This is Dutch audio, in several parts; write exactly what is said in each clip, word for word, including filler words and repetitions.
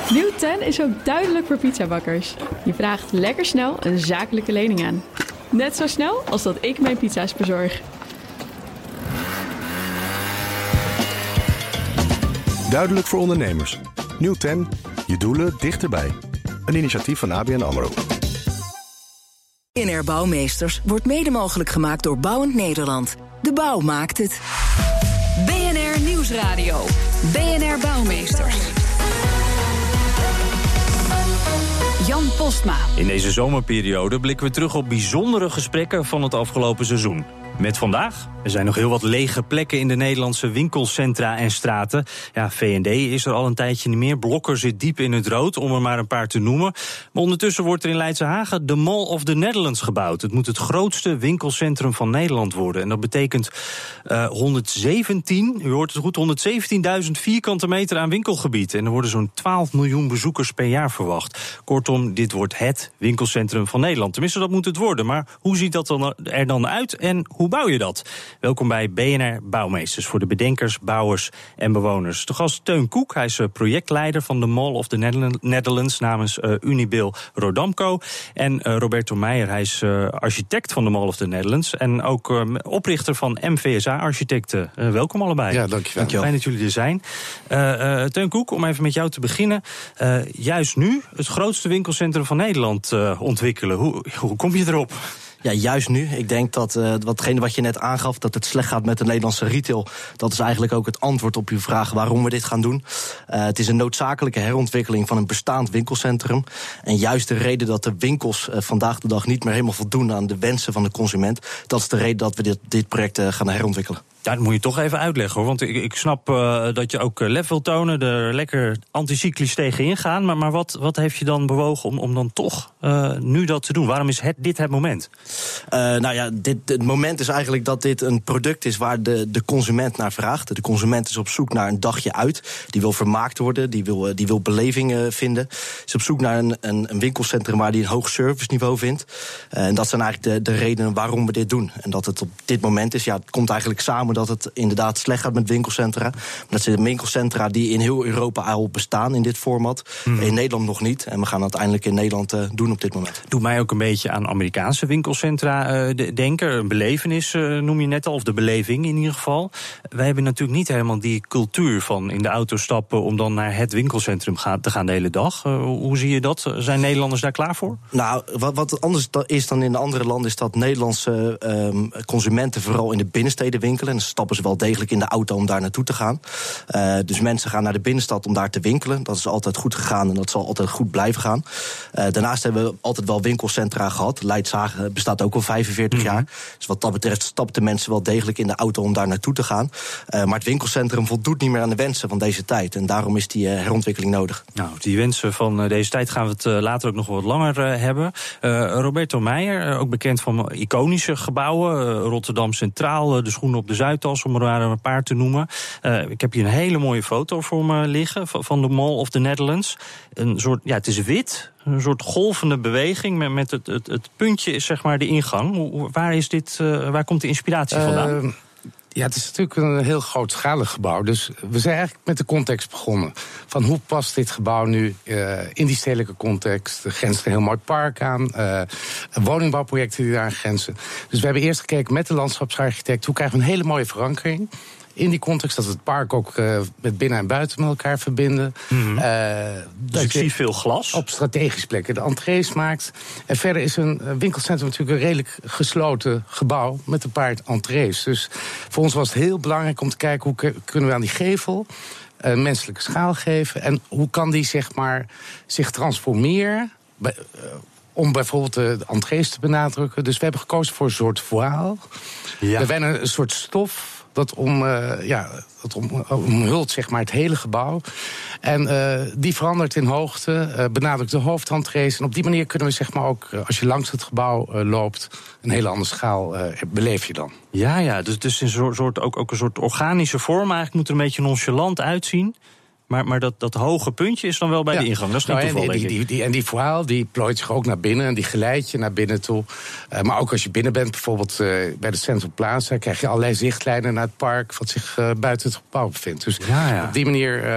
Nieuw ten is ook duidelijk voor pizzabakkers. Je vraagt lekker snel een zakelijke lening aan. Net zo snel als dat ik mijn pizza's bezorg. Duidelijk voor ondernemers. Nieuw ten, je doelen dichterbij. Een initiatief van A B N AMRO. B N R Bouwmeesters wordt mede mogelijk gemaakt door Bouwend Nederland. De bouw maakt het. B N R Nieuwsradio. B N R Bouwmeesters. Jan Postma. In deze zomerperiode blikken we terug op bijzondere gesprekken van het afgelopen seizoen. Met vandaag, er zijn nog heel wat lege plekken in de Nederlandse winkelcentra en straten. Ja, V en D is er al een tijdje niet meer. Blokker zit diep in het rood, om er maar een paar te noemen. Maar ondertussen wordt er in Leidse-Hagen de Mall of the Netherlands gebouwd. Het moet het grootste winkelcentrum van Nederland worden. En dat betekent uh, honderdzeventien, u hoort het goed, honderdzeventienduizend vierkante meter aan winkelgebied. En er worden zo'n twaalf miljoen bezoekers per jaar verwacht. Kortom, dit wordt het winkelcentrum van Nederland. Tenminste, dat moet het worden. Maar hoe ziet dat dan er dan uit en hoe Hoe bouw je dat? Welkom bij B N R Bouwmeesters voor de bedenkers, bouwers en bewoners. De gast Teun Koek, hij is projectleider van de Mall of the Netherlands namens uh, Unibail Rodamco. En uh, Roberto Meijer, hij is uh, architect van de Mall of the Netherlands en ook uh, oprichter van M V S A Architecten. Uh, welkom allebei. Ja, dankjewel. dankjewel. Fijn dat jullie er zijn. Uh, uh, Teun Koek, om even met jou te beginnen. Uh, juist nu het grootste winkelcentrum van Nederland uh, ontwikkelen. Hoe, hoe kom je erop? Ja, juist nu. Ik denk dat uh, watgene wat je net aangaf, dat het slecht gaat met de Nederlandse retail, dat is eigenlijk ook het antwoord op uw vraag waarom we dit gaan doen. Uh, het is een noodzakelijke herontwikkeling van een bestaand winkelcentrum. En juist de reden dat de winkels uh, vandaag de dag niet meer helemaal voldoen aan de wensen van de consument, dat is de reden dat we dit, dit project uh, gaan herontwikkelen. Ja, dat moet je toch even uitleggen, hoor. Want ik, ik snap uh, dat je ook lef wil tonen, er lekker anticyclisch tegenin gaan. Maar, maar wat, wat heeft je dan bewogen om, om dan toch uh, nu dat te doen? Waarom is het, dit het moment? Uh, nou ja, dit, het moment is eigenlijk dat dit een product is waar de, de consument naar vraagt. De consument is op zoek naar een dagje uit. Die wil vermaakt worden, die wil, die wil belevingen vinden. Is op zoek naar een, een, een winkelcentrum waar hij een hoog serviceniveau vindt. Uh, en dat zijn eigenlijk de, de redenen waarom we dit doen. En dat het op dit moment is, ja, het komt eigenlijk samen dat het inderdaad slecht gaat met winkelcentra. Dat zijn winkelcentra die in heel Europa al bestaan in dit format. Hmm. In Nederland nog niet. En we gaan het uiteindelijk in Nederland uh, doen op dit moment. Doet mij ook een beetje aan Amerikaanse winkelcentra uh, denken. Een belevenis uh, noem je net al, of de beleving in ieder geval. Wij hebben natuurlijk niet helemaal die cultuur van in de auto stappen om dan naar het winkelcentrum gaan, te gaan de hele dag. Uh, hoe zie je dat? Zijn Nederlanders daar klaar voor? Nou, wat, wat anders is dan in de andere landen is dat Nederlandse um, consumenten vooral in de binnensteden winkelen. En stappen ze wel degelijk in de auto om daar naartoe te gaan. Uh, dus mensen gaan naar de binnenstad om daar te winkelen. Dat is altijd goed gegaan en dat zal altijd goed blijven gaan. Uh, daarnaast hebben we altijd wel winkelcentra gehad. Leidse-Hagen bestaat ook al vijfenveertig mm-hmm. jaar. Dus wat dat betreft stapten mensen wel degelijk in de auto om daar naartoe te gaan. Uh, maar het winkelcentrum voldoet niet meer aan de wensen van deze tijd. En daarom is die uh, herontwikkeling nodig. Nou, die wensen van uh, deze tijd gaan we het uh, later ook nog wat langer uh, hebben. Uh, Roberto Meijer, uh, ook bekend van iconische gebouwen. Uh, Rotterdam Centraal, uh, de schoenen op de Zuidas, om er maar een paar te noemen. Uh, ik heb hier een hele mooie foto voor me liggen van de Mall of the Netherlands. Een soort, ja, het is wit, een soort golvende beweging met, met het, het, het puntje is zeg maar de ingang. Hoe, waar is dit? Uh, waar komt de inspiratie vandaan? Uh, Ja, het is natuurlijk een heel grootschalig gebouw. Dus we zijn eigenlijk met de context begonnen. Van hoe past dit gebouw nu uh, in die stedelijke context? Er grenst een heel mooi park aan. Uh, woningbouwprojecten die daar aan grenzen. Dus we hebben eerst gekeken met de landschapsarchitect, hoe krijgen we een hele mooie verankering in die context, dat we het park ook uh, met binnen en buiten met elkaar verbinden. Mm-hmm. Uh, dus ik zie veel glas. Op strategische plekken de entrees maakt. En verder is een winkelcentrum natuurlijk een redelijk gesloten gebouw met een paar entrees. Dus voor ons was het heel belangrijk om te kijken hoe kunnen we aan die gevel een menselijke schaal geven. En hoe kan die zeg maar zich transformeren bij, uh, om bijvoorbeeld de entrees te benadrukken. Dus we hebben gekozen voor een soort voile. Ja. We hebben een soort stof dat om, uh, ja, dat om, omhult zeg maar het hele gebouw. En uh, die verandert in hoogte, uh, benadrukt de hoofdentrees. En op die manier kunnen we zeg maar ook, uh, als je langs het gebouw uh, loopt, een hele andere schaal uh, beleef je dan. Ja, ja, dus het is een soort, soort, ook, ook een soort organische vorm. Eigenlijk moet er een beetje nonchalant uitzien. Maar, maar dat, dat hoge puntje is dan wel bij ja. de ingang. Dat is geen nou, toeval, en die, die, die, en die voile die plooit zich ook naar binnen en die geleidt je naar binnen toe. Uh, maar ook als je binnen bent, bijvoorbeeld uh, bij de Central Plaza, krijg je allerlei zichtlijnen naar het park wat zich uh, buiten het gebouw bevindt. Dus ja, ja. op die manier uh,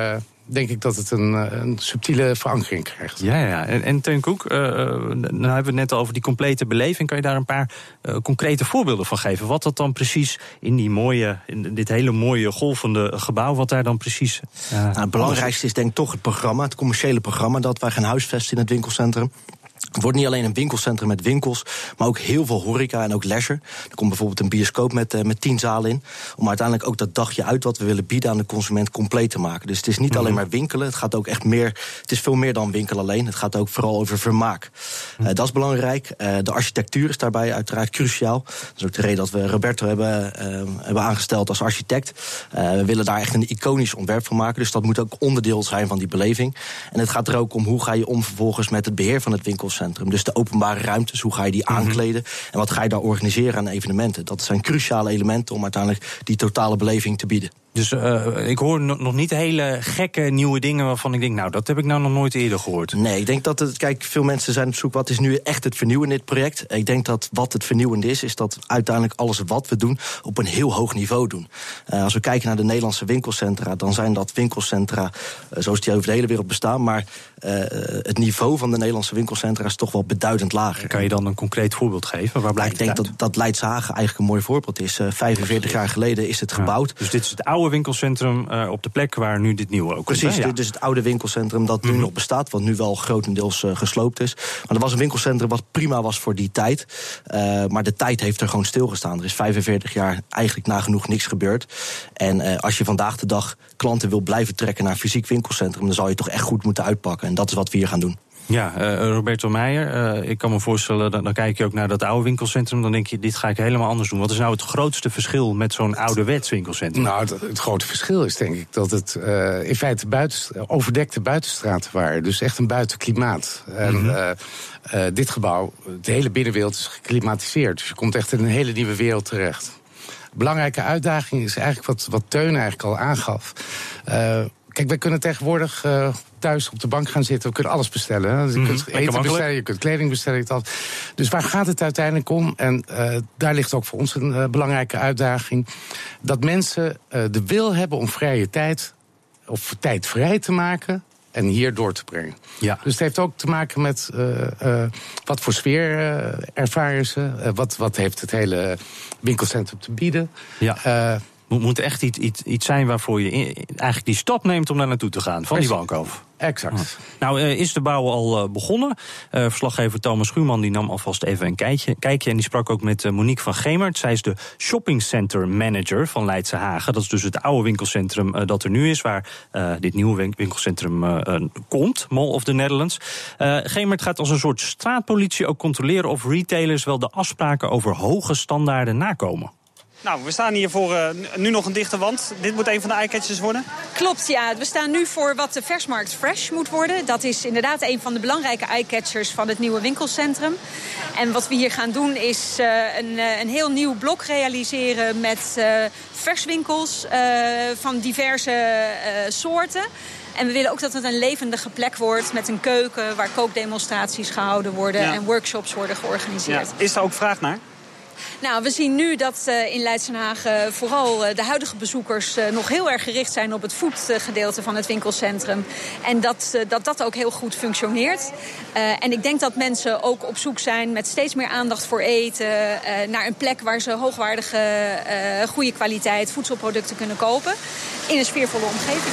denk ik dat het een, een subtiele verankering krijgt. Ja, ja. En, en Teun Koek, uh, nou hebben we het net al over die complete beleving. Kan je daar een paar uh, concrete voorbeelden van geven? Wat dat dan precies in die mooie, in dit hele mooie golvende gebouw, wat daar dan precies... Uh, nou, het belangrijkste is denk ik toch het programma, het commerciële programma dat wij gaan huisvesten in het winkelcentrum. Het wordt niet alleen een winkelcentrum met winkels, maar ook heel veel horeca en ook leisure. Er komt bijvoorbeeld een bioscoop met, uh, met tien zalen in, om uiteindelijk ook dat dagje uit wat we willen bieden aan de consument compleet te maken. Dus het is niet mm-hmm. alleen maar winkelen, het gaat ook echt meer, het is veel meer dan winkel alleen. Het gaat ook vooral over vermaak. Mm-hmm. Uh, dat is belangrijk. Uh, de architectuur is daarbij uiteraard cruciaal. Dat is ook de reden dat we Roberto hebben, uh, hebben aangesteld als architect. Uh, we willen daar echt een iconisch ontwerp van maken, dus dat moet ook onderdeel zijn van die beleving. En het gaat er ook om hoe ga je om vervolgens met het beheer van het winkelcentrum. Dus de openbare ruimtes, hoe ga je die aankleden en wat ga je daar organiseren aan evenementen. Dat zijn cruciale elementen om uiteindelijk die totale beleving te bieden. Dus uh, ik hoor nog niet hele gekke nieuwe dingen waarvan ik denk, nou, dat heb ik nou nog nooit eerder gehoord. Nee, ik denk dat het, kijk, veel mensen zijn op zoek, wat is nu echt het vernieuwende in dit project? Ik denk dat wat het vernieuwende is, is dat uiteindelijk alles wat we doen op een heel hoog niveau doen. Uh, als we kijken naar de Nederlandse winkelcentra, dan zijn dat winkelcentra uh, zoals die over de hele wereld bestaan, maar uh, het niveau van de Nederlandse winkelcentra is toch wel beduidend lager. Kan je dan een concreet voorbeeld geven? Waar blijkt ik denk dat, dat Leidshagen eigenlijk een mooi voorbeeld is. Uh, vijfenveertig jaar geleden is het gebouwd. Ja, dus dit is het oude winkelcentrum uh, op de plek waar nu dit nieuwe ook Precies, komt. Precies, ja. Dus het oude winkelcentrum dat nu mm-hmm. nog bestaat, wat nu wel grotendeels uh, gesloopt is. Maar dat was een winkelcentrum wat prima was voor die tijd. Uh, maar de tijd heeft er gewoon stilgestaan. Er is vijfenveertig jaar eigenlijk nagenoeg niks gebeurd. En uh, als je vandaag de dag klanten wil blijven trekken naar een fysiek winkelcentrum, dan zal je toch echt goed moeten uitpakken. En dat is wat we hier gaan doen. Ja, uh, Roberto Meijer, uh, ik kan me voorstellen, dan, dan kijk je ook naar dat oude winkelcentrum, dan denk je, dit ga ik helemaal anders doen. Wat is nou het grootste verschil met zo'n ouderwets winkelcentrum? Nou, het, het grote verschil is denk ik dat het uh, in feite buiten, overdekte buitenstraten waren. Dus echt een buitenklimaat. En mm-hmm. uh, uh, dit gebouw, de hele binnenwereld is geklimatiseerd. Dus je komt echt in een hele nieuwe wereld terecht. Belangrijke uitdaging is eigenlijk wat, wat Teun eigenlijk al aangaf. Uh, Kijk, wij kunnen tegenwoordig uh, thuis op de bank gaan zitten. We kunnen alles bestellen. Hè? Dus je kunt mm-hmm. eten bestellen, je kunt kleding bestellen. Dat. Dus waar gaat het uiteindelijk om? En uh, daar ligt ook voor ons een uh, belangrijke uitdaging. Dat mensen uh, de wil hebben om vrije tijd, of tijd vrij te maken en hier door te brengen. Ja. Dus het heeft ook te maken met uh, uh, wat voor sfeer uh, ervaren ze. Uh, wat, wat heeft het hele winkelcentrum te bieden. Ja. Uh, Het moet echt iets, iets, iets zijn waarvoor je in, eigenlijk die stap neemt om daar naartoe te gaan, van Precies. die bank af. Exact. Oh. Nou uh, is de bouw al uh, begonnen. Uh, verslaggever Thomas Schuurman die nam alvast even een kijkje, kijkje en die sprak ook met uh, Monique van Gemert. Zij is de shoppingcenter manager van Leidshagen. Dat is dus het oude winkelcentrum uh, dat er nu is, waar uh, dit nieuwe winkelcentrum uh, uh, komt, Mall of the Netherlands. Uh, Gemert gaat als een soort straatpolitie ook controleren of retailers wel de afspraken over hoge standaarden nakomen. Nou, we staan hier voor uh, nu nog een dichte wand. Dit moet een van de eyecatchers worden? Klopt, ja. We staan nu voor wat de Versmarkt Fresh moet worden. Dat is inderdaad een van de belangrijke eyecatchers van het nieuwe winkelcentrum. En wat we hier gaan doen is uh, een, een heel nieuw blok realiseren met uh, verswinkels uh, van diverse uh, soorten. En we willen ook dat het een levendige plek wordt met een keuken waar kookdemonstraties gehouden worden ja. en workshops worden georganiseerd. Ja. Is er ook vraag naar? Nou, we zien nu dat uh, in Leidshagen vooral uh, de huidige bezoekers uh, nog heel erg gericht zijn op het foodgedeelte van het winkelcentrum. En dat, uh, dat dat ook heel goed functioneert. Uh, en ik denk dat mensen ook op zoek zijn met steeds meer aandacht voor eten, uh, naar een plek waar ze hoogwaardige, uh, goede kwaliteit voedselproducten kunnen kopen in een sfeervolle omgeving.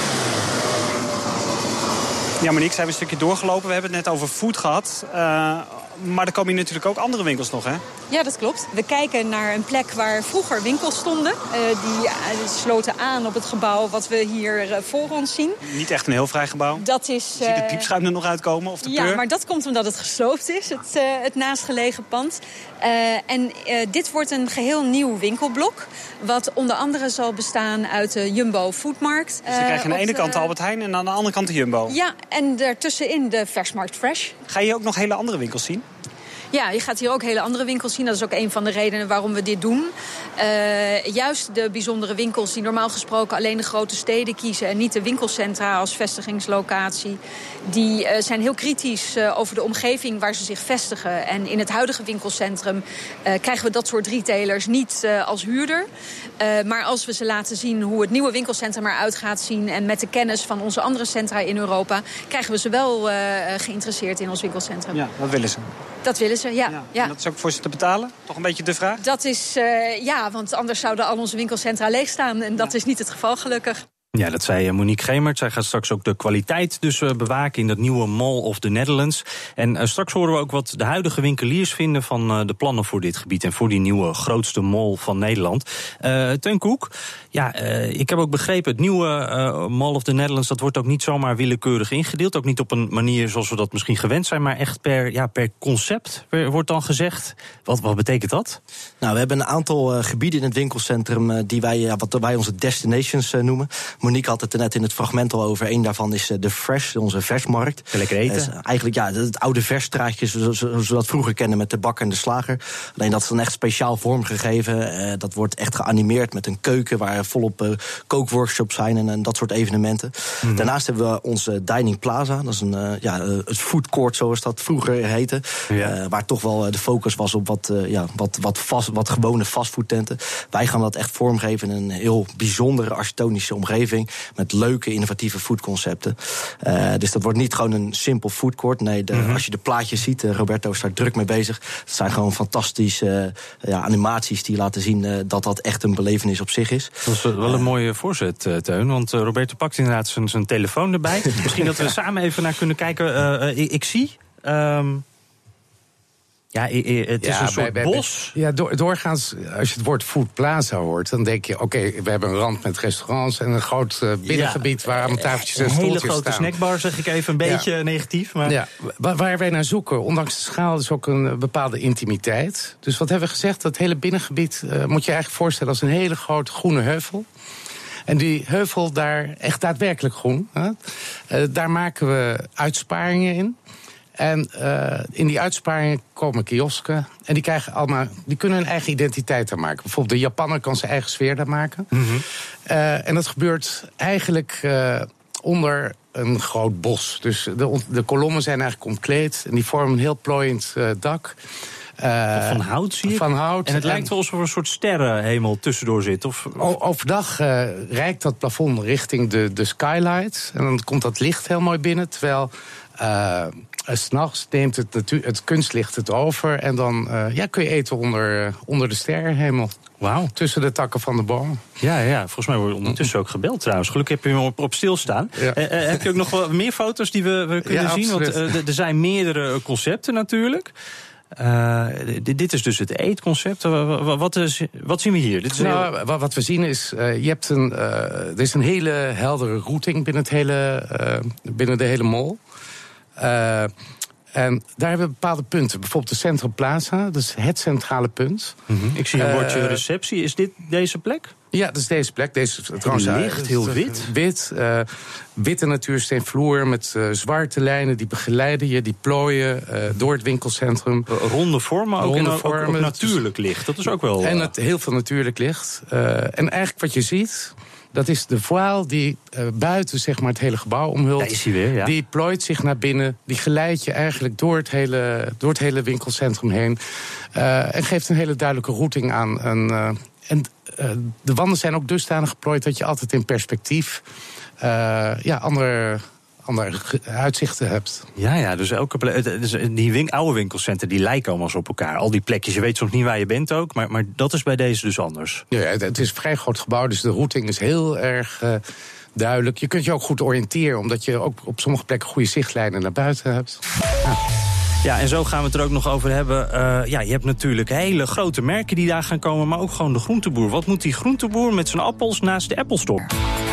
Ja, Monique, zijn we een stukje doorgelopen. We hebben het net over food gehad. Uh, maar er komen hier natuurlijk ook andere winkels nog, hè? Ja, dat klopt. We kijken naar een plek waar vroeger winkels stonden. Uh, die uh, sloten aan op het gebouw wat we hier uh, voor ons zien. Niet echt een heel vrij gebouw. Dat is, uh, Zie je de piepschuim er nog uitkomen? Of de ja, peur? Maar dat komt omdat het gesloopt is, het, uh, het naastgelegen pand. Uh, en uh, dit wordt een geheel nieuw winkelblok. Wat onder andere zal bestaan uit de Jumbo Foodmarkt. Dus dan krijg je aan de ene kant de Albert Heijn en aan de andere kant de Jumbo. Ja, en daartussenin de Versmarkt Fresh. Ga je ook nog hele andere winkels zien? Ja, je gaat hier ook hele andere winkels zien. Dat is ook een van de redenen waarom we dit doen. Uh, juist de bijzondere winkels die normaal gesproken alleen de grote steden kiezen en niet de winkelcentra als vestigingslocatie, die uh, zijn heel kritisch uh, over de omgeving waar ze zich vestigen. En in het huidige winkelcentrum uh, krijgen we dat soort retailers niet uh, als huurder. Uh, maar als we ze laten zien hoe het nieuwe winkelcentrum eruit gaat zien en met de kennis van onze andere centra in Europa, krijgen we ze wel uh, geïnteresseerd in ons winkelcentrum. Ja, dat willen ze. Dat willen ze, ja. ja. ja. En dat is ook voor ze te betalen? Toch een beetje de vraag? Dat is, uh, ja, want anders zouden al onze winkelcentra leeg staan. En dat ja. is niet het geval, gelukkig. Ja, dat zei Monique Gemert. Zij gaat straks ook de kwaliteit dus uh, bewaken in dat nieuwe Mall of the Netherlands. En uh, straks horen we ook wat de huidige winkeliers vinden van uh, de plannen voor dit gebied en voor die nieuwe grootste mall van Nederland. Uh, Teun Koek, ja, uh, ik heb ook begrepen, het nieuwe uh, Mall of the Netherlands, dat wordt ook niet zomaar willekeurig ingedeeld. Ook niet op een manier zoals we dat misschien gewend zijn, maar echt per, ja, per concept wordt dan gezegd. Wat, wat betekent dat? Nou, we hebben een aantal uh, gebieden in het winkelcentrum uh, die wij, ja, wat wij onze destinations uh, noemen. Monique had het er net in het fragment al over. Eén daarvan is de Fresh, onze versmarkt. Lekker eten. Uh, eigenlijk ja, het oude versstraatje zoals we dat vroeger kennen met de bakker en de slager. Alleen dat is dan echt speciaal vormgegeven. Uh, dat wordt echt geanimeerd met een keuken waar volop uh, kookworkshops zijn en, en dat soort evenementen. Mm-hmm. Daarnaast hebben we onze Dining Plaza. Dat is een, uh, ja, uh, het food court zoals dat vroeger heette. Ja. Uh, waar toch wel uh, de focus was op wat, uh, ja, wat, wat, vast, wat gewone fastfoodtenten. Wij gaan dat echt vormgeven in een heel bijzondere architectonische omgeving. Met leuke, innovatieve foodconcepten. Uh, dus dat wordt niet gewoon een simpel foodcourt. Nee, de, mm-hmm. als je de plaatjes ziet, uh, Roberto is daar druk mee bezig. Het zijn gewoon fantastische uh, ja, animaties die laten zien uh, dat dat echt een belevenis op zich is. Dat is wel een uh, mooie voorzet, uh, Teun. Want uh, Roberto pakt inderdaad zijn, zijn telefoon erbij. Misschien dat we samen even naar kunnen kijken. Uh, uh, ik, ik zie... Um Ja, het is ja, een soort bij, bij, bos. Ja, door, doorgaans, als je het woord Food Plaza hoort, dan denk je, oké, okay, we hebben een rand met restaurants en een groot uh, binnengebied ja, waar allemaal tafeltjes en stoeltjes staan. Een hele grote snackbar, zeg ik even, een beetje ja. negatief. Maar... Ja, waar, waar wij naar zoeken, ondanks de schaal, is ook een bepaalde intimiteit. Dus wat hebben we gezegd? Dat hele binnengebied uh, moet je eigenlijk voorstellen als een hele grote groene heuvel. En die heuvel daar, echt daadwerkelijk groen, hè? Uh, daar maken we uitsparingen in. En uh, in die uitsparingen komen kiosken. En die, krijgen allemaal, die kunnen hun eigen identiteit daar maken. Bijvoorbeeld de Japaner kan zijn eigen sfeer daar maken. Mm-hmm. Uh, en dat gebeurt eigenlijk uh, onder een groot bos. Dus de, de kolommen zijn eigenlijk omkleed. En die vormen een heel plooiend uh, dak. Uh, van hout zie ik. Van hout. En het lijkt wel alsof er een soort sterrenhemel tussendoor zit. Of, of... Overdag uh, reikt dat plafond richting de, de skylight. En dan komt dat licht heel mooi binnen. Terwijl... Uh, s'nachts neemt het, natu- het kunstlicht het over. En dan uh, ja, kun je eten onder, uh, onder de sterrenhemel. Wauw. Tussen de takken van de bomen. Ja, ja, volgens mij word je ondertussen ook gebeld trouwens. Gelukkig heb je hem op, op stilstaan. Ja. Uh, uh, heb je ook nog wel meer foto's die we, we kunnen ja, zien? Absoluut. Want uh, er zijn meerdere concepten natuurlijk. Uh, dit, dit is dus het eetconcept. Wat, wat, is, wat zien we hier? Dit is nou, heel... Wat we zien is, uh, je hebt een, uh, er is een hele heldere routing binnen, het hele, uh, binnen de hele mall. Uh, en daar hebben we bepaalde punten. Bijvoorbeeld de Centrum Plaza, dat is het centrale punt. Mm-hmm. Ik zie een bordje uh, receptie. Is dit deze plek? Ja, dat is deze plek. Deze, trouwens, heel licht, heel wit. Wit, uh, witte natuursteenvloer met uh, zwarte lijnen. Die begeleiden je, die plooien uh, door het winkelcentrum. Ronde vormen ook, Ronde en vormen, ook, ook natuurlijk licht. Dat is ook wel... En het, heel veel natuurlijk licht. Uh, en eigenlijk wat je ziet... Dat is de voile die uh, buiten zeg maar, het hele gebouw omhult. Daar is hij weer, ja. Die plooit zich naar binnen. Die geleidt je eigenlijk door het hele, door het hele winkelcentrum heen. Uh, en geeft een hele duidelijke routing aan. En, uh, en uh, de wanden zijn ook dusdanig geplooid dat je altijd in perspectief uh, ja, andere... andere uitzichten hebt. Ja, ja, dus elke plek, dus die win, oude winkelcentra die lijken allemaal zo op elkaar. Al die plekjes, je weet soms niet waar je bent ook, maar, maar dat is bij deze dus anders. Ja, het is een vrij groot gebouw, dus de routing is heel erg uh, duidelijk. Je kunt je ook goed oriënteren, omdat je ook op sommige plekken goede zichtlijnen naar buiten hebt. Ja. Ja, en zo gaan we het er ook nog over hebben. Uh, ja, je hebt natuurlijk hele grote merken die daar gaan komen, maar ook gewoon de groenteboer. Wat moet die groenteboer met zijn appels naast de Apple Store?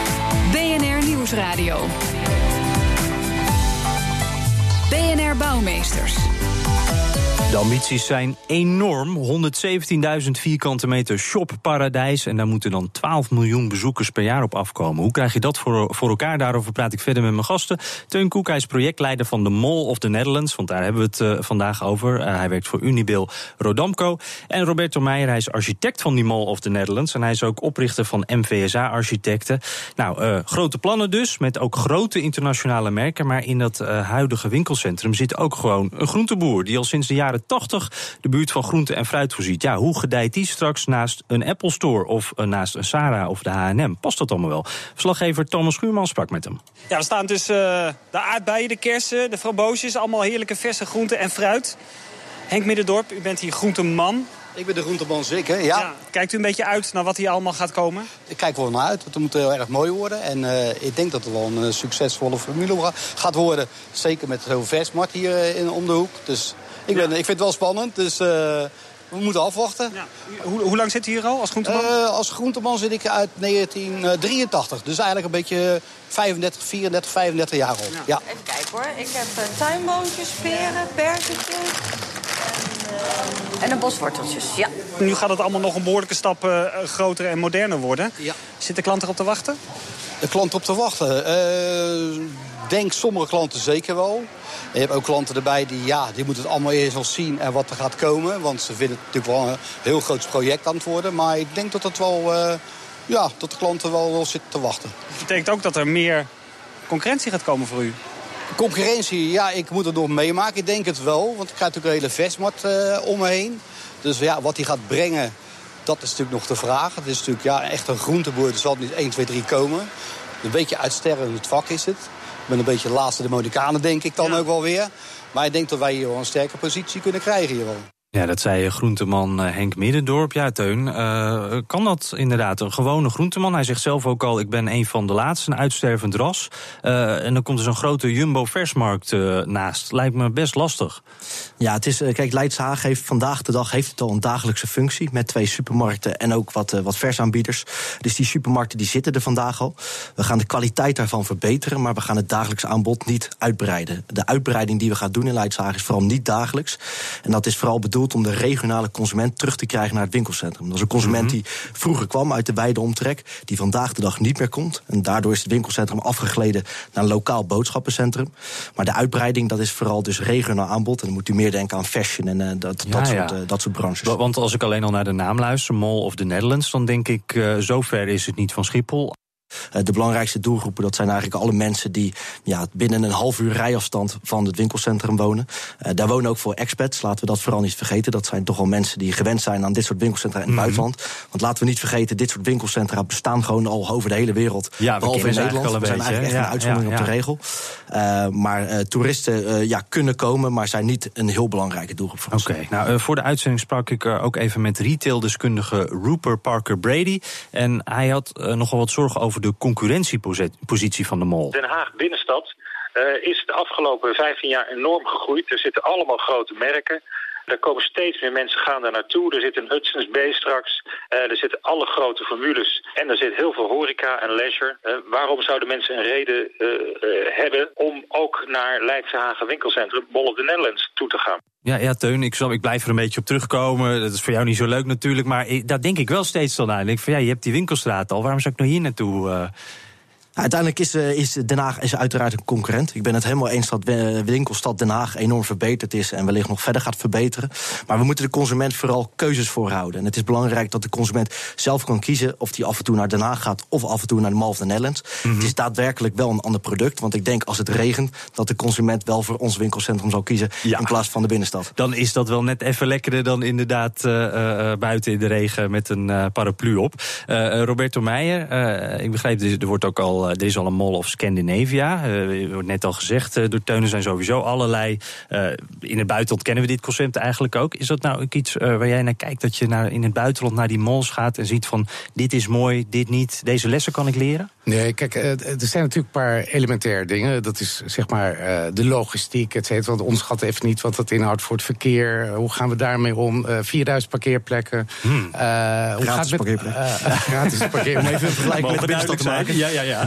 B N R Nieuwsradio. B N R Bouwmeesters. De ambities zijn enorm. honderdzeventienduizend vierkante meter shopparadijs. En daar moeten dan twaalf miljoen bezoekers per jaar op afkomen. Hoe krijg je dat voor, voor elkaar? Daarover praat ik verder met mijn gasten. Teun Koek, hij is projectleider van de Mall of the Netherlands. Want daar hebben we het uh, vandaag over. Uh, hij werkt voor Unibail Rodamco. En Roberto Meijer, hij is architect van die Mall of the Netherlands. En hij is ook oprichter van M V S A-architecten. Nou, uh, grote plannen dus, met ook grote internationale merken. Maar in dat uh, huidige winkelcentrum zit ook gewoon een groenteboer die al sinds de jaren tachtig de buurt van groente en fruit voorziet. Ja, hoe gedijt die straks naast een Apple Store of uh, naast een Zara of de H en M? Past dat allemaal wel? Verslaggever Thomas Schuurman sprak met hem. Ja, er staan dus uh, de aardbeien, de kersen, de framboosjes, allemaal heerlijke verse groenten en fruit. Henk Middendorp, u bent hier groenteman. Ik ben de groenteman zeker, ja. ja. Kijkt u een beetje uit naar wat hier allemaal gaat komen? Ik kijk wel naar uit, want het moet heel erg mooi worden. En uh, ik denk dat het wel een succesvolle formule gaat worden. Zeker met zo'n versmarkt hier uh, in, om de hoek. Dus ik, ben, ja. ik vind het wel spannend, dus uh, we moeten afwachten. Ja. Hoe, hoe lang zit u hier al als groenteman? Uh, als groenteman zit ik uit negentien drieëntachtig. Dus eigenlijk een beetje vijfendertig, vierendertig, vijfendertig jaar al. Ja. Ja. Even kijken hoor. Ik heb uh, tuinboontjes, peren, perziken. En een bosworteltjes, ja. Nu gaat het allemaal nog een behoorlijke stap uh, groter en moderner worden. Ja. Zit de klant erop te wachten? De klant op te wachten? Uh, denk sommige klanten zeker wel. Je hebt ook klanten erbij die, ja, die moeten het allemaal eerst wel zien en wat er gaat komen. Want ze vinden het natuurlijk wel een heel groot project aan het worden. Maar ik denk dat, het wel, uh, ja, dat de klanten wel, wel zitten te wachten. Dat betekent ook dat er meer concurrentie gaat komen voor u? Concurrentie, ja, ik moet het nog meemaken. Ik denk het wel, want ik krijg natuurlijk een hele versmarkt uh, om me heen. Dus ja, wat hij gaat brengen, dat is natuurlijk nog de vraag. Het is natuurlijk ja, echt een groenteboer, dus zal het niet één, twee, drie komen. Een beetje uitsterrend vak is het. Ik ben een beetje de laatste de Mohikanen, denk ik dan ja. ook wel weer. Maar ik denk dat wij hier wel een sterke positie kunnen krijgen hier wel. Ja, dat zei groenteman Henk Middendorp. Ja, Teun, uh, kan dat inderdaad? Een gewone groenteman. Hij zegt zelf ook al, ik ben een van de laatste, een uitstervend ras. Uh, en dan komt er zo'n grote Jumbo-versmarkt uh, naast. Lijkt me best lastig. Ja, het is, kijk, Leidshaag heeft vandaag de dag heeft het al een dagelijkse functie met twee supermarkten en ook wat, uh, wat versaanbieders. Dus die supermarkten die zitten er vandaag al. We gaan de kwaliteit daarvan verbeteren, maar we gaan het dagelijks aanbod niet uitbreiden. De uitbreiding die we gaan doen in Leidshaag is vooral niet dagelijks. En dat is vooral bedoeld om de regionale consument terug te krijgen naar het winkelcentrum. Dat is een consument die vroeger kwam uit de wijde omtrek, die vandaag de dag niet meer komt. En daardoor is het winkelcentrum afgegleden naar een lokaal boodschappencentrum. Maar de uitbreiding, dat is vooral dus regionaal aanbod. En dan moet u meer denken aan fashion en uh, dat, ja, dat, ja. Soort, uh, dat soort branches. Want als ik alleen al naar de naam luister, Mall of the Netherlands, dan denk ik, uh, zover is het niet van Schiphol. De belangrijkste doelgroepen, dat zijn eigenlijk alle mensen die ja, binnen een half uur rijafstand van het winkelcentrum wonen. Uh, daar wonen ook voor expats, laten we dat vooral niet vergeten. Dat zijn toch wel mensen die gewend zijn aan dit soort winkelcentra in het mm-hmm. buitenland. Want laten we niet vergeten, dit soort winkelcentra bestaan gewoon al over de hele wereld. Ja, we behalve in Nederland. We beetje, zijn eigenlijk echt ja, een uitzondering ja, ja. op de regel. Uh, maar uh, toeristen uh, ja, kunnen komen, maar zijn niet een heel belangrijke doelgroep voor ons. Oké, okay, nou uh, voor de uitzending sprak ik uh, ook even met retaildeskundige Rupert Parker Brady. En hij had uh, nogal wat zorgen over de concurrentie. Positie van de Mall. Den Haag binnenstad uh, is de afgelopen vijftien jaar enorm gegroeid. Er zitten allemaal grote merken. Er komen steeds meer mensen gaan daar naartoe. Er zit een Hudson's Bay straks. Uh, er zitten alle grote formules. En er zit heel veel horeca en leisure. Uh, waarom zouden mensen een reden uh, uh, hebben om ook naar Leidshagen winkelcentrum Mall of the Netherlands toe te gaan? Ja, ja, Teun, ik, ik blijf er een beetje op terugkomen. Dat is voor jou niet zo leuk natuurlijk, maar ik, daar denk ik wel steeds dan aan. Ik denk van ja, je hebt die winkelstraat al. Waarom zou ik nou hier naartoe? Uh... Uiteindelijk is, is Den Haag is uiteraard een concurrent. Ik ben het helemaal eens dat de winkelstad Den Haag enorm verbeterd is en wellicht nog verder gaat verbeteren. Maar we moeten de consument vooral keuzes voorhouden. En het is belangrijk dat de consument zelf kan kiezen of hij af en toe naar Den Haag gaat of af en toe naar de Mall of the Netherlands. Mm-hmm. Het is daadwerkelijk wel een ander product. Want ik denk als het regent dat de consument wel voor ons winkelcentrum zal kiezen ja. in plaats van de binnenstad. Dan is dat wel net even lekkerder dan inderdaad uh, uh, buiten in de regen met een uh, paraplu op. Uh, Roberto Meijer, uh, ik begrijp, er wordt ook al er is al een Mall of Scandinavia. Uh, wordt net al gezegd, uh, door Teun zijn sowieso allerlei. Uh, in het buitenland kennen we dit concept eigenlijk ook. Is dat nou ook iets uh, waar jij naar kijkt, dat je naar, in het buitenland naar die malls gaat en ziet van dit is mooi, dit niet, deze lessen kan ik leren? Nee, kijk, er zijn natuurlijk een paar elementaire dingen. Dat is zeg maar uh, de logistiek, et cetera. Want onderschat even niet wat dat inhoudt voor het verkeer. Hoe gaan we daarmee om? Uh, vierduizend parkeerplekken. Hmm. Uh, gratis hoe gaat het met, parkeerplekken. Uh, gratis parkeer. Om even een vergelijking met de binnenstad te maken. Ja, ja, ja.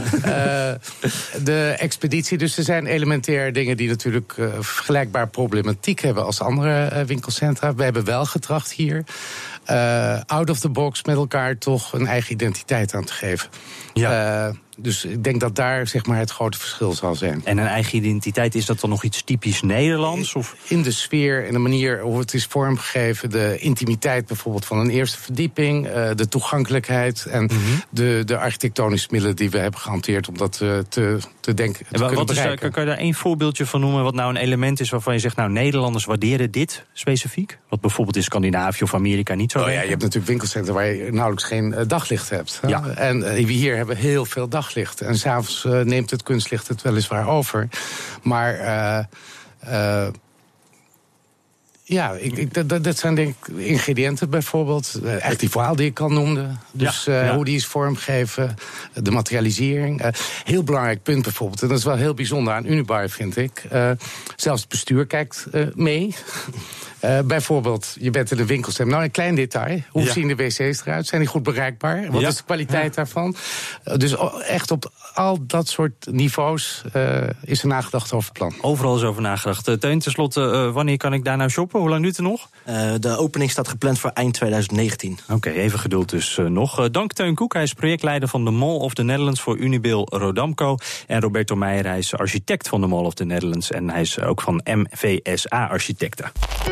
uh, de expeditie. Dus er zijn elementair dingen die natuurlijk uh, vergelijkbaar problematiek hebben als andere uh, winkelcentra. We hebben wel getracht hier uh, out of the box met elkaar toch een eigen identiteit aan te geven. Ja. Uh, Dus ik denk dat daar zeg maar het grote verschil zal zijn. En een eigen identiteit, is dat dan nog iets typisch Nederlands? Of? In de sfeer en de manier hoe het is vormgegeven. De intimiteit bijvoorbeeld van een eerste verdieping. Uh, de toegankelijkheid en mm-hmm. de, de architectonische middelen die we hebben gehanteerd om dat uh, te, te denken. Te wat is daar, kan je daar één voorbeeldje van noemen wat nou een element is waarvan je zegt, nou Nederlanders waarderen dit specifiek? Wat bijvoorbeeld in Scandinavië of Amerika niet zo. Oh ja, je hebt natuurlijk winkelcentra waar je nauwelijks geen uh, daglicht hebt. Ja. En uh, hier hebben we heel veel daglicht. En s'avonds uh, neemt het kunstlicht het weliswaar over. Maar uh, uh, ja, ik, ik, dat, dat zijn denk ik ingrediënten bijvoorbeeld. Uh, echt die verhaal die ik al noemde. Dus ja, uh, ja. hoe die is vormgegeven. De materialisering. Uh, heel belangrijk punt bijvoorbeeld. En dat is wel heel bijzonder aan Unibail, vind ik. Uh, zelfs het bestuur kijkt uh, mee. Uh, bijvoorbeeld, je bent in de winkelcentrum. Nou, een klein detail. Hoe ja. zien de wc's eruit? Zijn die goed bereikbaar? Wat ja. is de kwaliteit ja. daarvan? Uh, dus echt op al dat soort niveaus uh, is er nagedacht over het plan. Overal is over nagedacht. Uh, Teun, tenslotte, uh, wanneer kan ik daar nou shoppen? Hoe lang duurt het nog? Uh, de opening staat gepland voor eind twintig negentien. Oké, okay, even geduld dus uh, nog. Uh, dank Teun Koek, hij is projectleider van de Mall of the Netherlands voor Unibail Rodamco. En Roberto Meijer, hij is architect van de Mall of the Netherlands. En hij is ook van M V S A Architecten.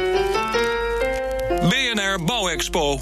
B N R Bouwexpo.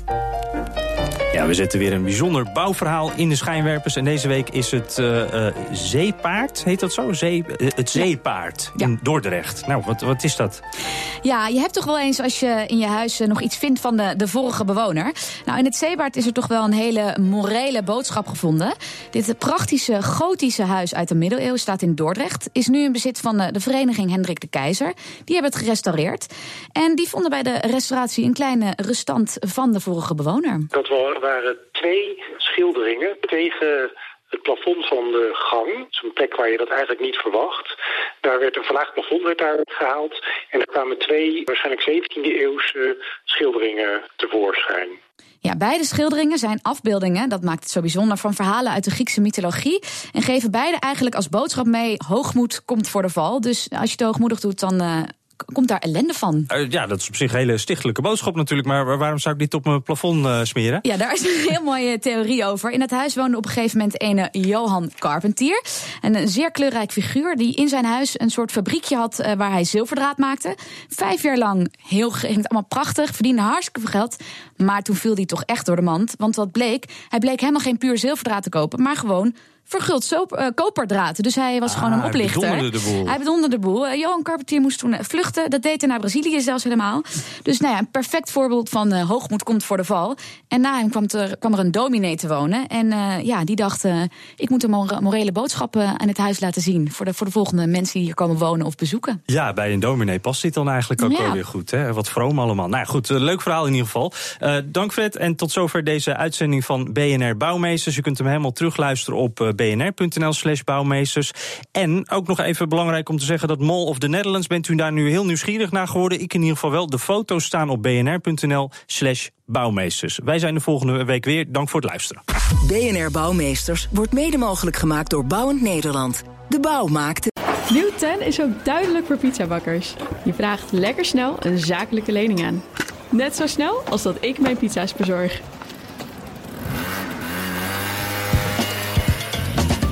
Ja, we zetten weer een bijzonder bouwverhaal in de schijnwerpers. En deze week is het uh, uh, Zeepaard, heet dat zo? Zee, uh, het Zeepaard ja. in Dordrecht. Nou, wat, wat is dat? Ja, je hebt toch wel eens als je in je huis nog iets vindt van de, de vorige bewoner. Nou, in het Zeepaard is er toch wel een hele morele boodschap gevonden. Dit praktische gotische huis uit de middeleeuwen staat in Dordrecht. Is nu in bezit van de, de vereniging Hendrik de Keizer. Die hebben het gerestaureerd. En die vonden bij de restauratie een kleine restant van de vorige bewoner. Dat waren twee schilderingen tegen het plafond van de gang. Dat is een plek waar je dat eigenlijk niet verwacht. Daar werd een verlaagd plafond werd daar gehaald. En er kwamen twee, waarschijnlijk zeventiende eeuwse schilderingen tevoorschijn. Ja, beide schilderingen zijn afbeeldingen, dat maakt het zo bijzonder, van verhalen uit de Griekse mythologie. En geven beide eigenlijk als boodschap mee, hoogmoed komt voor de val. Dus als je het hoogmoedig doet, dan Uh, komt daar ellende van. Uh, ja, dat is op zich een hele stichtelijke boodschap natuurlijk. Maar waarom zou ik dit op mijn plafond uh, smeren? Ja, daar is een heel mooie theorie over. In het huis woonde op een gegeven moment een Johan Carpentier. Een zeer kleurrijk figuur die in zijn huis een soort fabriekje had uh, waar hij zilverdraad maakte. Vijf jaar lang heel ging allemaal prachtig, verdiende hartstikke veel geld. Maar toen viel hij toch echt door de mand. Want wat bleek? Hij bleek helemaal geen puur zilverdraad te kopen, maar gewoon verguld soap, uh, koperdraad. Dus hij was ah, gewoon een oplichter. Hij bedonderde de boel. Hij bedonderde de boel. Uh, Johan Carpentier moest toen vluchten. Dat deed hij naar Brazilië zelfs helemaal. Dus nou ja, een perfect voorbeeld van uh, hoogmoed komt voor de val. En na hem kwam er, kwam er een dominee te wonen. En uh, ja, die dacht, uh, ik moet een morele boodschap uh, aan het huis laten zien. Voor de, voor de volgende mensen die hier komen wonen of bezoeken. Ja, bij een dominee past dit dan eigenlijk ook ja. wel weer goed. Hè? Wat vroom allemaal. Nou goed, uh, leuk verhaal in ieder geval. Uh, dank Fred. En tot zover deze uitzending van B N R Bouwmeesters. Je kunt hem helemaal terugluisteren op uh, bnr.nl slash bouwmeesters. En ook nog even belangrijk om te zeggen dat Mall of the Netherlands, bent u daar nu heel nieuwsgierig naar geworden? Ik in ieder geval wel. De foto's staan op bnr.nl slash bouwmeesters. Wij zijn de volgende week weer. Dank voor het luisteren. B N R Bouwmeesters wordt mede mogelijk gemaakt door Bouwend Nederland. De bouw maakt de... Nieuw ten is ook duidelijk voor pizzabakkers. Je vraagt lekker snel een zakelijke lening aan. Net zo snel als dat ik mijn pizza's bezorg.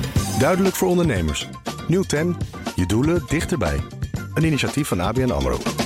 Duidelijk voor ondernemers. Nieuw ten, je doelen dichterbij. Een initiatief van A B N AMRO.